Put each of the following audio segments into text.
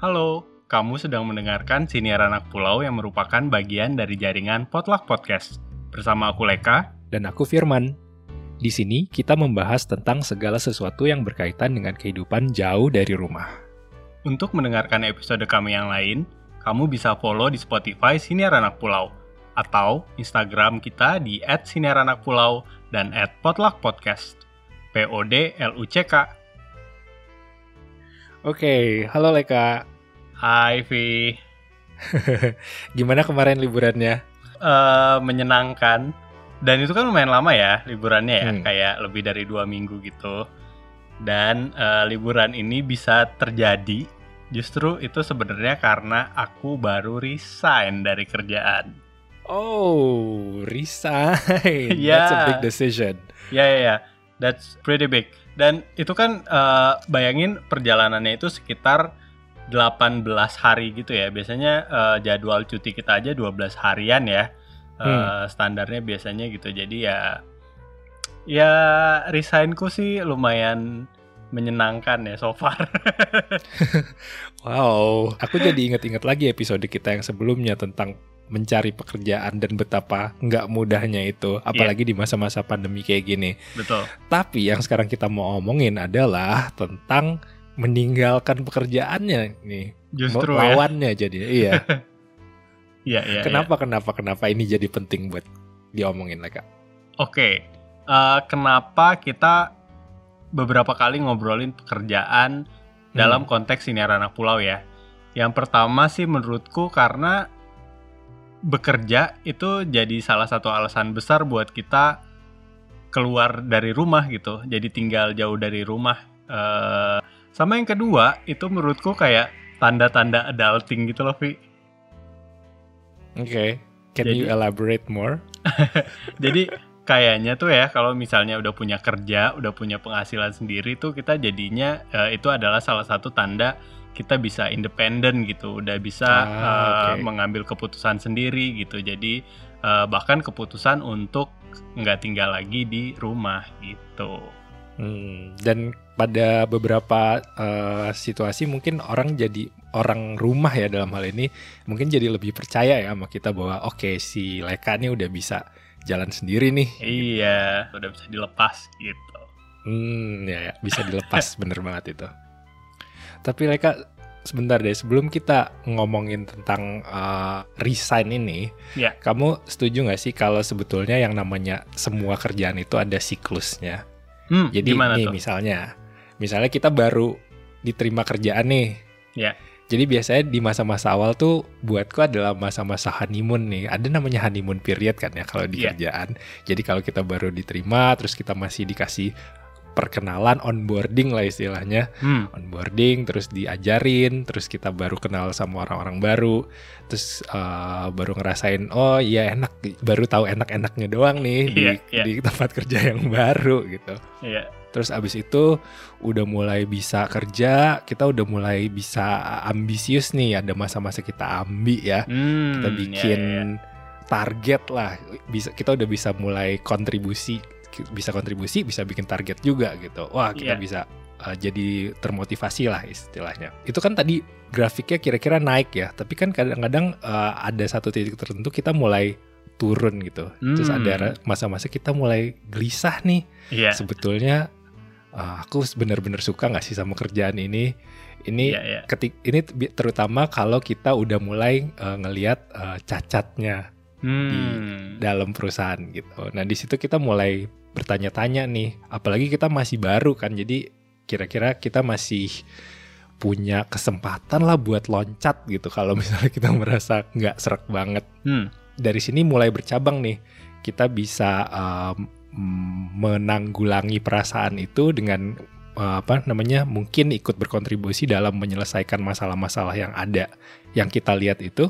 Halo, kamu sedang mendengarkan Siniar Anak Pulau yang merupakan bagian dari jaringan Potluck Podcast. Bersama aku Leka. Dan aku Firman. Di sini kita membahas tentang segala sesuatu yang berkaitan dengan kehidupan jauh dari rumah. Untuk mendengarkan episode kami yang lain, kamu bisa follow di Spotify Siniar Anak Pulau atau Instagram kita di @siniaranakpulau dan @potluckpodcast. PODLUCK. Oke, halo Leka. Hai Vi. Gimana kemarin liburannya? Menyenangkan. Dan itu kan lumayan lama ya liburannya ya, kayak lebih dari 2 minggu gitu. Dan liburan ini bisa terjadi justru itu sebenarnya karena aku baru resign dari kerjaan. Oh, resign. Yeah. That's a big decision. Ya. That's pretty big. Dan itu kan bayangin perjalanannya itu sekitar 18 hari gitu ya. Biasanya jadwal cuti kita aja 12 harian ya. Standarnya biasanya gitu. Jadi ya resignku sih lumayan menyenangkan ya so far. Wow, aku jadi ingat-ingat lagi episode kita yang sebelumnya tentang mencari pekerjaan dan betapa nggak mudahnya itu, apalagi di masa-masa pandemi kayak gini. Betul. Tapi yang sekarang kita mau omongin adalah tentang meninggalkan pekerjaannya nih. Justru lawannya jadi. Iya. Iya. Kenapa ini jadi penting buat diomongin Leka? Oke. Kenapa kita beberapa kali ngobrolin pekerjaan dalam konteks Siniar Anak Pulau ya? Yang pertama sih menurutku karena bekerja itu jadi salah satu alasan besar buat kita keluar dari rumah gitu. Jadi tinggal jauh dari rumah. Sama yang kedua itu menurutku kayak tanda-tanda adulting gitu loh Vi. Oke. Can you elaborate more? Jadi kayaknya tuh ya kalau misalnya udah punya kerja, udah punya penghasilan sendiri tuh kita jadinya itu adalah salah satu tanda kita bisa independen gitu, udah bisa mengambil keputusan sendiri gitu. Jadi bahkan keputusan untuk nggak tinggal lagi di rumah gitu. Dan pada beberapa situasi mungkin orang jadi orang rumah ya dalam hal ini mungkin jadi lebih percaya ya sama kita bahwa oke, si Leka nih udah bisa jalan sendiri nih. Iya, udah bisa dilepas gitu. Ya, bisa dilepas bener banget itu. Tapi Leka, sebentar deh, sebelum kita ngomongin tentang resign ini, kamu setuju gak sih kalau sebetulnya yang namanya semua kerjaan itu ada siklusnya? Jadi nih tuh? misalnya kita baru diterima kerjaan nih. Ya. Jadi biasanya di masa-masa awal tuh buatku adalah masa-masa honeymoon nih. Ada namanya honeymoon period kan ya kalau di kerjaan. Jadi kalau kita baru diterima, terus kita masih dikasih perkenalan, onboarding lah istilahnya. Onboarding, terus diajarin, terus kita baru kenal sama orang-orang baru. Terus baru ngerasain, oh iya enak, baru tahu enak-enaknya doang nih di tempat kerja yang baru gitu. Terus abis itu udah mulai bisa kerja, kita udah mulai bisa ambisius nih, ada masa-masa kita ambi ya. Kita bikin target lah, kita udah bisa mulai kontribusi, bisa bikin target juga gitu. Wah, kita bisa jadi termotivasi lah istilahnya. Itu kan tadi grafiknya kira-kira naik ya, tapi kan kadang-kadang ada satu titik tertentu kita mulai turun gitu. Terus ada masa-masa kita mulai gelisah nih. Sebetulnya aku benar-benar suka nggak sih sama kerjaan ini? Ini terutama kalau kita udah mulai ngelihat cacatnya di dalam perusahaan gitu. Nah di situ kita mulai bertanya-tanya nih, apalagi kita masih baru kan, jadi kira-kira kita masih punya kesempatan lah buat loncat gitu kalau misalnya kita merasa nggak serak banget. Dari sini mulai bercabang nih, kita bisa menanggulangi perasaan itu dengan mungkin ikut berkontribusi dalam menyelesaikan masalah-masalah yang ada, yang kita lihat itu.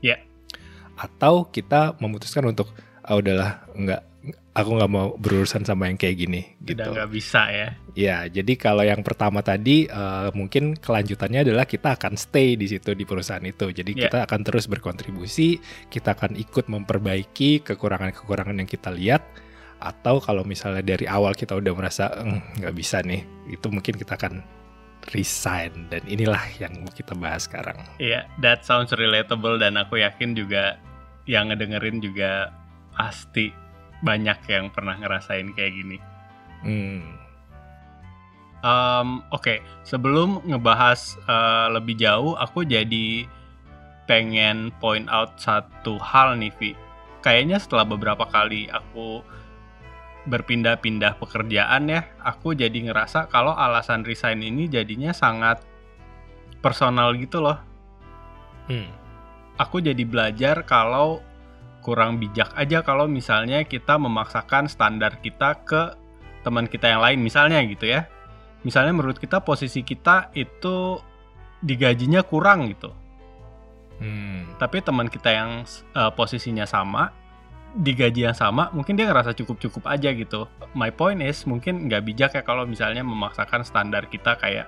Atau kita memutuskan untuk udahlah, aku nggak mau berurusan sama yang kayak gini gitu. Udah nggak bisa ya. Ya, jadi kalau yang pertama tadi mungkin kelanjutannya adalah kita akan stay di situ di perusahaan itu. Jadi kita akan terus berkontribusi, kita akan ikut memperbaiki kekurangan-kekurangan yang kita lihat. Atau kalau misalnya dari awal kita udah merasa nggak bisa nih, itu mungkin kita akan resign, dan inilah yang mau kita bahas sekarang. Iya, that sounds relatable, dan aku yakin juga yang ngedengerin juga pasti banyak yang pernah ngerasain kayak gini. Oke, sebelum ngebahas lebih jauh, aku jadi pengen point out satu hal nih, Vi. Kayaknya setelah beberapa kali aku berpindah-pindah pekerjaan ya, aku jadi ngerasa kalau alasan resign ini jadinya sangat personal gitu loh. Aku jadi belajar kalau kurang bijak aja kalau misalnya kita memaksakan standar kita ke teman kita yang lain, misalnya gitu ya. Misalnya menurut kita posisi kita itu digajinya kurang gitu. Tapi teman kita yang posisinya sama, digaji yang sama, mungkin dia ngerasa cukup-cukup aja gitu. My point is, mungkin nggak bijak ya kalau misalnya memaksakan standar kita kayak,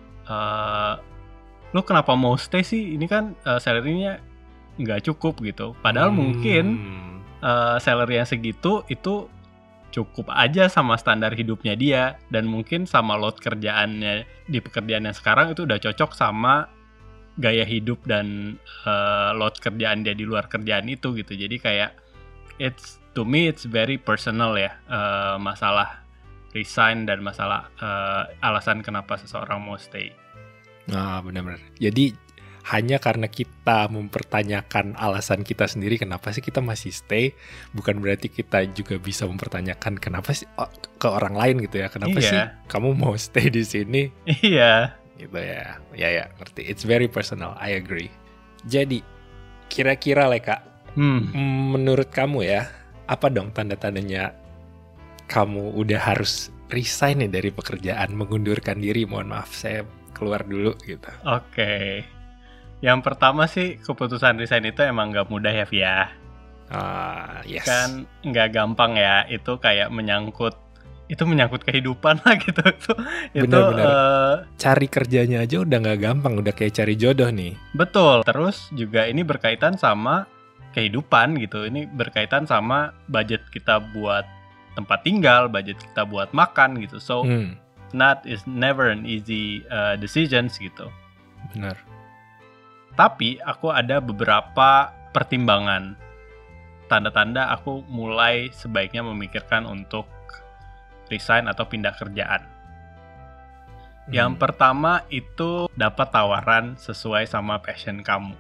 lo kenapa mau stay sih? Ini kan salary-nya nggak cukup gitu. Padahal mungkin salary yang segitu itu cukup aja sama standar hidupnya dia, dan mungkin sama load kerjaannya di pekerjaan yang sekarang itu udah cocok sama gaya hidup dan load kerjaan dia di luar kerjaan itu gitu. Jadi kayak to me it's very personal ya, masalah resign dan masalah alasan kenapa seseorang mau stay. Nah, benar-benar. Jadi hanya karena kita mempertanyakan alasan kita sendiri kenapa sih kita masih stay, bukan berarti kita juga bisa mempertanyakan kenapa sih ke orang lain gitu ya. Kenapa sih kamu mau stay di sini? Iya. Gitu ya. Ya, ngerti. It's very personal. I agree. Jadi, kira-kira Leka, menurut kamu ya, apa dong tanda-tandanya kamu udah harus resign nih dari pekerjaan, mengundurkan diri? Mohon maaf, saya keluar dulu gitu. Oke. Yang pertama sih, keputusan resign itu emang gak mudah ya, Via. Yes. Kan gak gampang ya, itu kayak menyangkut kehidupan lah gitu. Benar-benar. Cari kerjanya aja udah gak gampang, udah kayak cari jodoh nih. Betul, terus juga ini berkaitan sama kehidupan gitu. Ini berkaitan sama budget kita buat tempat tinggal, budget kita buat makan gitu. So, is never an easy decisions gitu. Benar. Tapi aku ada beberapa pertimbangan, tanda-tanda aku mulai sebaiknya memikirkan untuk resign atau pindah kerjaan. Yang pertama itu dapat tawaran sesuai sama passion kamu.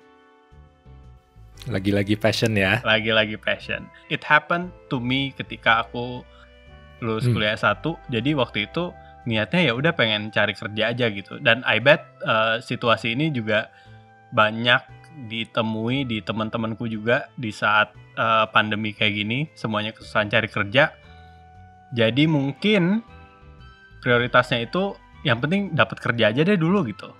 Lagi-lagi passion ya. Lagi-lagi passion. It happened to me ketika aku lulus kuliah S1. Jadi waktu itu niatnya ya udah pengen cari kerja aja gitu. Dan I bet situasi ini juga banyak ditemui di teman-temanku juga di saat pandemi kayak gini, semuanya kesusahan cari kerja. Jadi mungkin prioritasnya itu yang penting dapat kerja aja deh dulu gitu.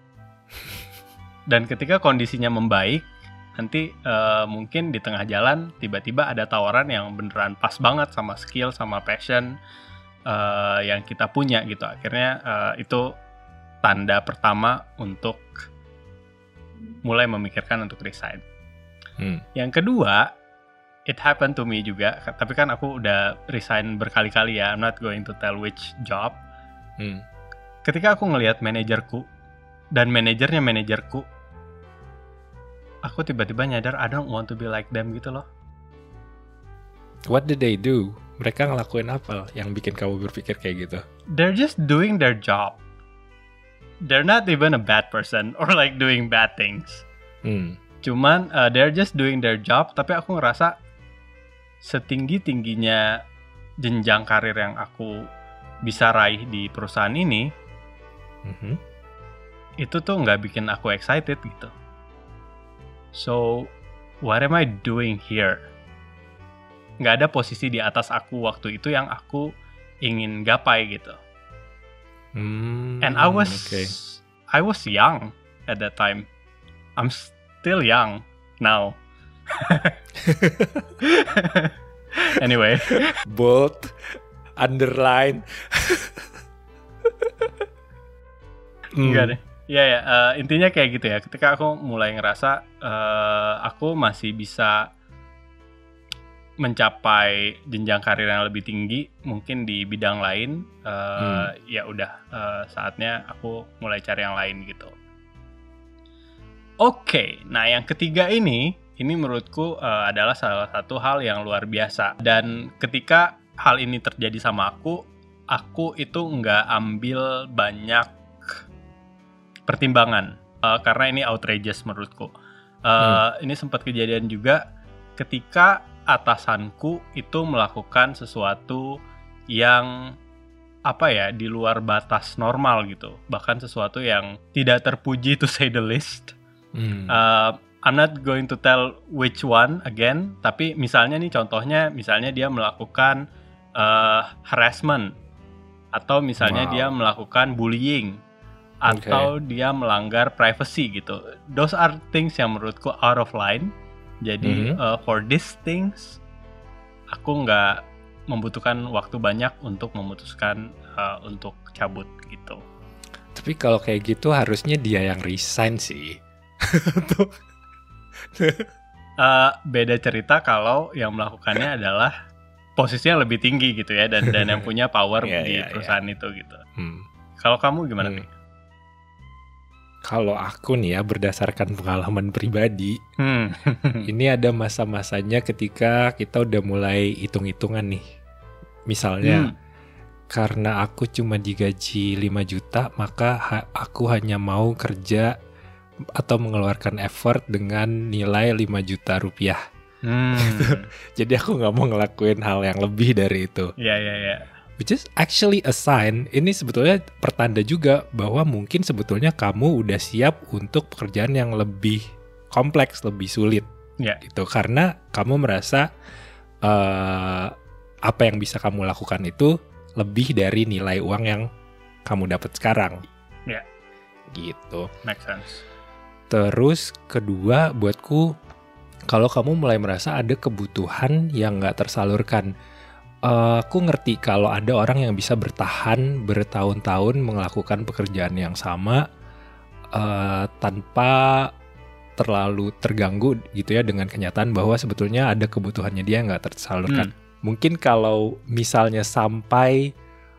Dan ketika kondisinya membaik, nanti mungkin di tengah jalan tiba-tiba ada tawaran yang beneran pas banget sama skill, sama passion yang kita punya gitu. Akhirnya itu tanda pertama untuk mulai memikirkan untuk resign. Yang kedua, it happened to me juga, tapi kan aku udah resign berkali-kali ya. I'm not going to tell which job. Ketika aku ngelihat manajerku dan manajernya manajerku, aku tiba-tiba nyadar I don't want to be like them gitu loh. What did they do? Mereka ngelakuin apa yang bikin kamu berpikir kayak gitu? They're just doing their job. They're not even a bad person or like doing bad things. Cuman they're just doing their job. Tapi aku ngerasa setinggi-tingginya jenjang karir yang aku bisa raih di perusahaan ini, itu tuh nggak bikin aku excited gitu. So, what am I doing here? Nggak ada posisi di atas aku waktu itu yang aku ingin gapai gitu. And I was young at that time. I'm still young now. Anyway, bold, underline. Enggak deh. Ya, intinya kayak gitu ya. Ketika aku mulai ngerasa aku masih bisa mencapai jenjang karir yang lebih tinggi, mungkin di bidang lain, ya udah saatnya aku mulai cari yang lain gitu. Oke, nah yang ketiga ini menurutku adalah salah satu hal yang luar biasa. Dan ketika hal ini terjadi sama aku itu nggak ambil banyak pertimbangan karena ini outrageous menurutku. Ini sempat kejadian juga ketika atasanku itu melakukan sesuatu yang di luar batas normal gitu, bahkan sesuatu yang tidak terpuji to say the least. I'm not going to tell which one again, tapi misalnya dia melakukan harassment, atau misalnya dia melakukan bullying, atau dia melanggar privacy gitu. Those are things yang menurutku out of line. Jadi for these things aku nggak membutuhkan waktu banyak untuk memutuskan untuk cabut gitu. Tapi kalau kayak gitu harusnya dia yang resign sih. Beda cerita kalau yang melakukannya adalah posisinya lebih tinggi gitu ya, dan yang punya power di perusahaan itu gitu. Kalau kamu gimana nih? Kalau aku nih ya, berdasarkan pengalaman pribadi, ini ada masa-masanya ketika kita udah mulai hitung-hitungan nih. Misalnya, karena aku cuma digaji 5 juta, maka aku hanya mau kerja atau mengeluarkan effort dengan nilai 5 juta rupiah. Jadi aku gak mau ngelakuin hal yang lebih dari itu. Iya. Which is actually a sign. Ini sebetulnya pertanda juga bahwa mungkin sebetulnya kamu udah siap untuk pekerjaan yang lebih kompleks, lebih sulit. Gitu. Karena kamu merasa apa yang bisa kamu lakukan itu lebih dari nilai uang yang kamu dapat sekarang. Gitu. Make sense. Terus kedua, buatku, kalau kamu mulai merasa ada kebutuhan yang gak tersalurkan. Aku ngerti kalau ada orang yang bisa bertahan bertahun-tahun melakukan pekerjaan yang sama tanpa terlalu terganggu gitu ya dengan kenyataan bahwa sebetulnya ada kebutuhannya dia yang gak tersalurkan. Mungkin kalau misalnya sampai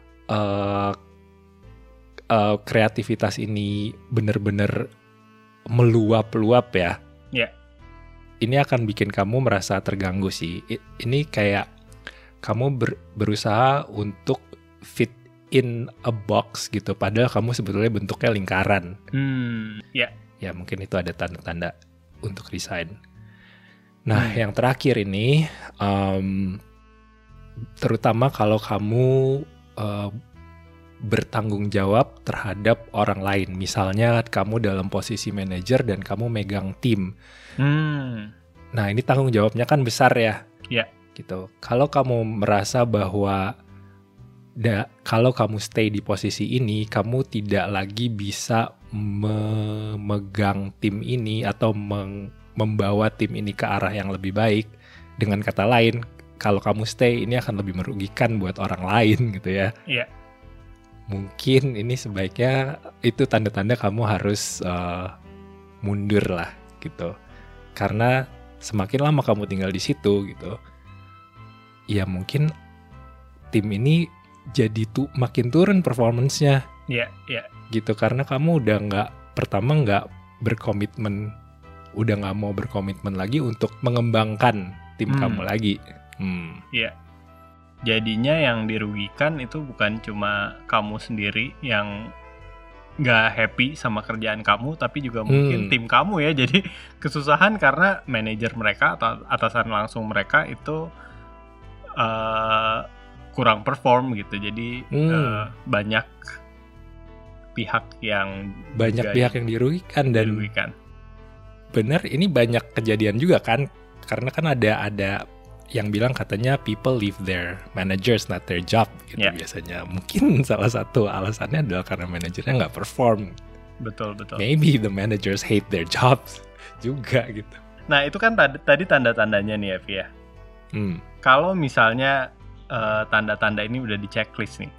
kreativitas ini benar-benar meluap-luap ya, ini akan bikin kamu merasa terganggu sih. Ini kayak kamu berusaha untuk fit in a box gitu, padahal kamu sebetulnya bentuknya lingkaran. Ya mungkin itu ada tanda-tanda untuk resign. Nah, yang terakhir ini, terutama kalau kamu bertanggung jawab terhadap orang lain. Misalnya kamu dalam posisi manajer dan kamu megang tim. Nah, ini tanggung jawabnya kan besar ya. Gitu. Kalau kamu merasa bahwa kalau kamu stay di posisi ini, kamu tidak lagi bisa memegang tim ini atau membawa tim ini ke arah yang lebih baik. Dengan kata lain, kalau kamu stay, ini akan lebih merugikan buat orang lain gitu ya. Mungkin ini sebaiknya itu tanda-tanda kamu harus mundur lah gitu. Karena semakin lama kamu tinggal di situ gitu, ya mungkin tim ini jadi makin turun performance-nya. Gitu, karena kamu udah nggak berkomitmen, udah nggak mau berkomitmen lagi untuk mengembangkan tim kamu lagi. Jadinya yang dirugikan itu bukan cuma kamu sendiri yang nggak happy sama kerjaan kamu, tapi juga mungkin tim kamu ya. Jadi kesusahan karena manajer mereka atau atasan langsung mereka itu kurang perform gitu. Jadi banyak pihak yang dirugikan dan bener, ini banyak kejadian juga kan, karena kan ada yang bilang katanya people leave their managers not their job gitu. Biasanya mungkin salah satu alasannya adalah karena manajernya nggak perform. Betul. Maybe the managers hate their jobs juga gitu. Nah itu kan tadi tanda-tandanya nih Evi ya. Kalau misalnya tanda-tanda ini udah di checklist nih,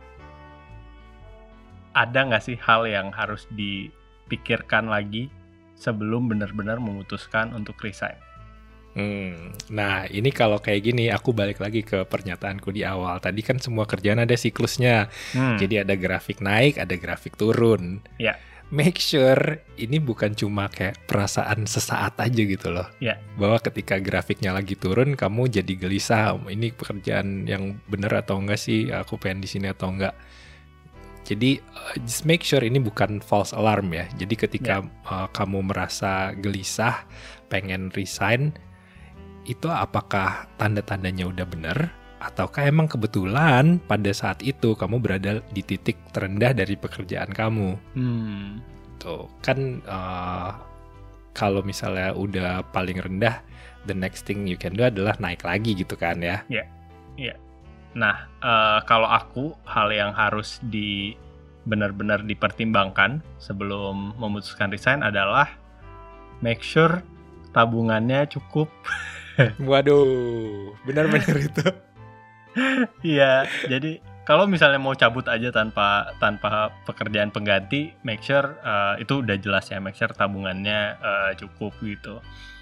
ada nggak sih hal yang harus dipikirkan lagi sebelum benar-benar memutuskan untuk resign? Nah, ini kalau kayak gini, aku balik lagi ke pernyataanku di awal. Tadi kan semua kerjaan ada siklusnya. Jadi ada grafik naik, ada grafik turun. Ya. Make sure ini bukan cuma kayak perasaan sesaat aja gitu loh. Ya. Bahwa ketika grafiknya lagi turun, kamu jadi gelisah. Ini pekerjaan yang bener atau enggak sih? Aku pengen di sini atau enggak? Jadi just make sure ini bukan false alarm ya. Jadi ketika kamu merasa gelisah, pengen resign, itu apakah tanda-tandanya udah bener? Ataukah emang kebetulan pada saat itu kamu berada di titik terendah dari pekerjaan kamu? Tuh kan kalau misalnya udah paling rendah, the next thing you can do adalah naik lagi gitu kan ya? Iya. Nah, kalau aku hal yang harus benar-benar dipertimbangkan sebelum memutuskan resign adalah make sure tabungannya cukup. Waduh, benar-benar itu. Iya, jadi kalau misalnya mau cabut aja tanpa pekerjaan pengganti, make sure itu udah jelas ya, make sure tabungannya cukup gitu.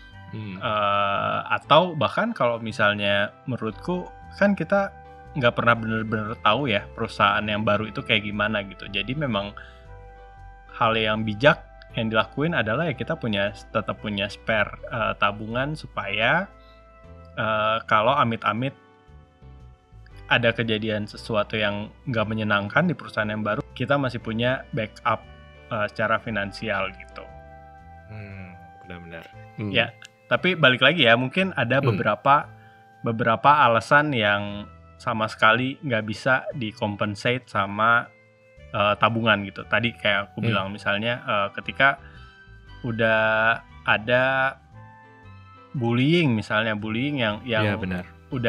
Atau bahkan kalau misalnya menurutku kan kita nggak pernah benar-benar tahu ya perusahaan yang baru itu kayak gimana gitu. Jadi memang hal yang bijak yang dilakuin adalah ya kita tetap punya spare tabungan supaya kalau amit-amit ada kejadian sesuatu yang nggak menyenangkan di perusahaan yang baru, kita masih punya backup secara finansial gitu. Benar-benar. Ya, tapi balik lagi ya, mungkin ada beberapa alasan yang sama sekali nggak bisa dikompensate sama tabungan gitu. Tadi kayak aku bilang misalnya ketika udah ada bullying yang ya, benar.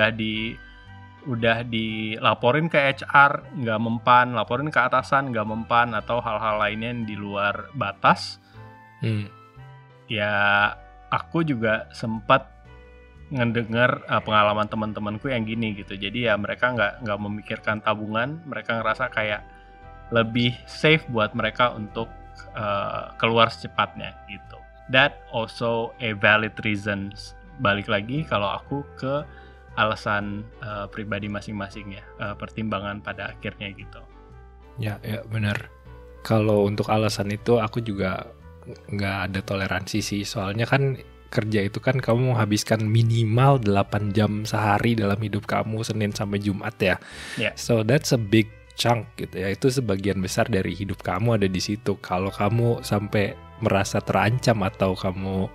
udah dilaporin ke HR nggak mempan, laporin ke atasan nggak mempan, atau hal-hal lainnya yang di luar batas. Ya aku juga sempat ngedengar pengalaman teman-temanku yang gini gitu. Jadi ya mereka nggak memikirkan tabungan, mereka ngerasa kayak lebih safe buat mereka untuk keluar secepatnya gitu. That also a valid reasons. Balik lagi kalau aku ke alasan pribadi masing-masing ya, pertimbangan pada akhirnya gitu. Ya benar. Kalau untuk alasan itu aku juga nggak ada toleransi sih, soalnya kan kerja itu kan kamu menghabiskan minimal 8 jam sehari dalam hidup kamu, Senin sampai Jumat ya. So that's a big chunk gitu ya, itu sebagian besar dari hidup kamu ada di situ. Kalau kamu sampai merasa terancam atau kamu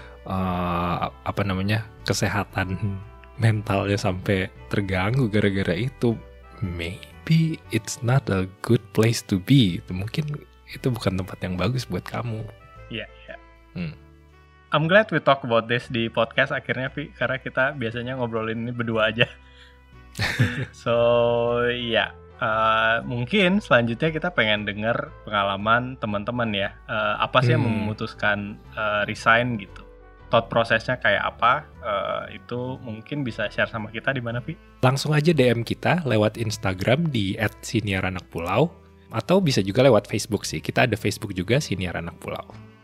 kesehatan mentalnya sampai terganggu gara-gara itu, maybe it's not a good place to be. Mungkin itu bukan tempat yang bagus buat kamu. Iya. I'm glad we talk about this di podcast akhirnya, Vi, karena kita biasanya ngobrolin ini berdua aja. So ya, mungkin selanjutnya kita pengen dengar pengalaman teman-teman ya. Apa sih yang memutuskan resign gitu? Thought prosesnya kayak apa? Itu mungkin bisa share sama kita di mana, Vi? Langsung aja DM kita lewat Instagram di @siniaranakpulau, atau bisa juga lewat Facebook sih. Kita ada Facebook juga, Siniar Anak Pulau.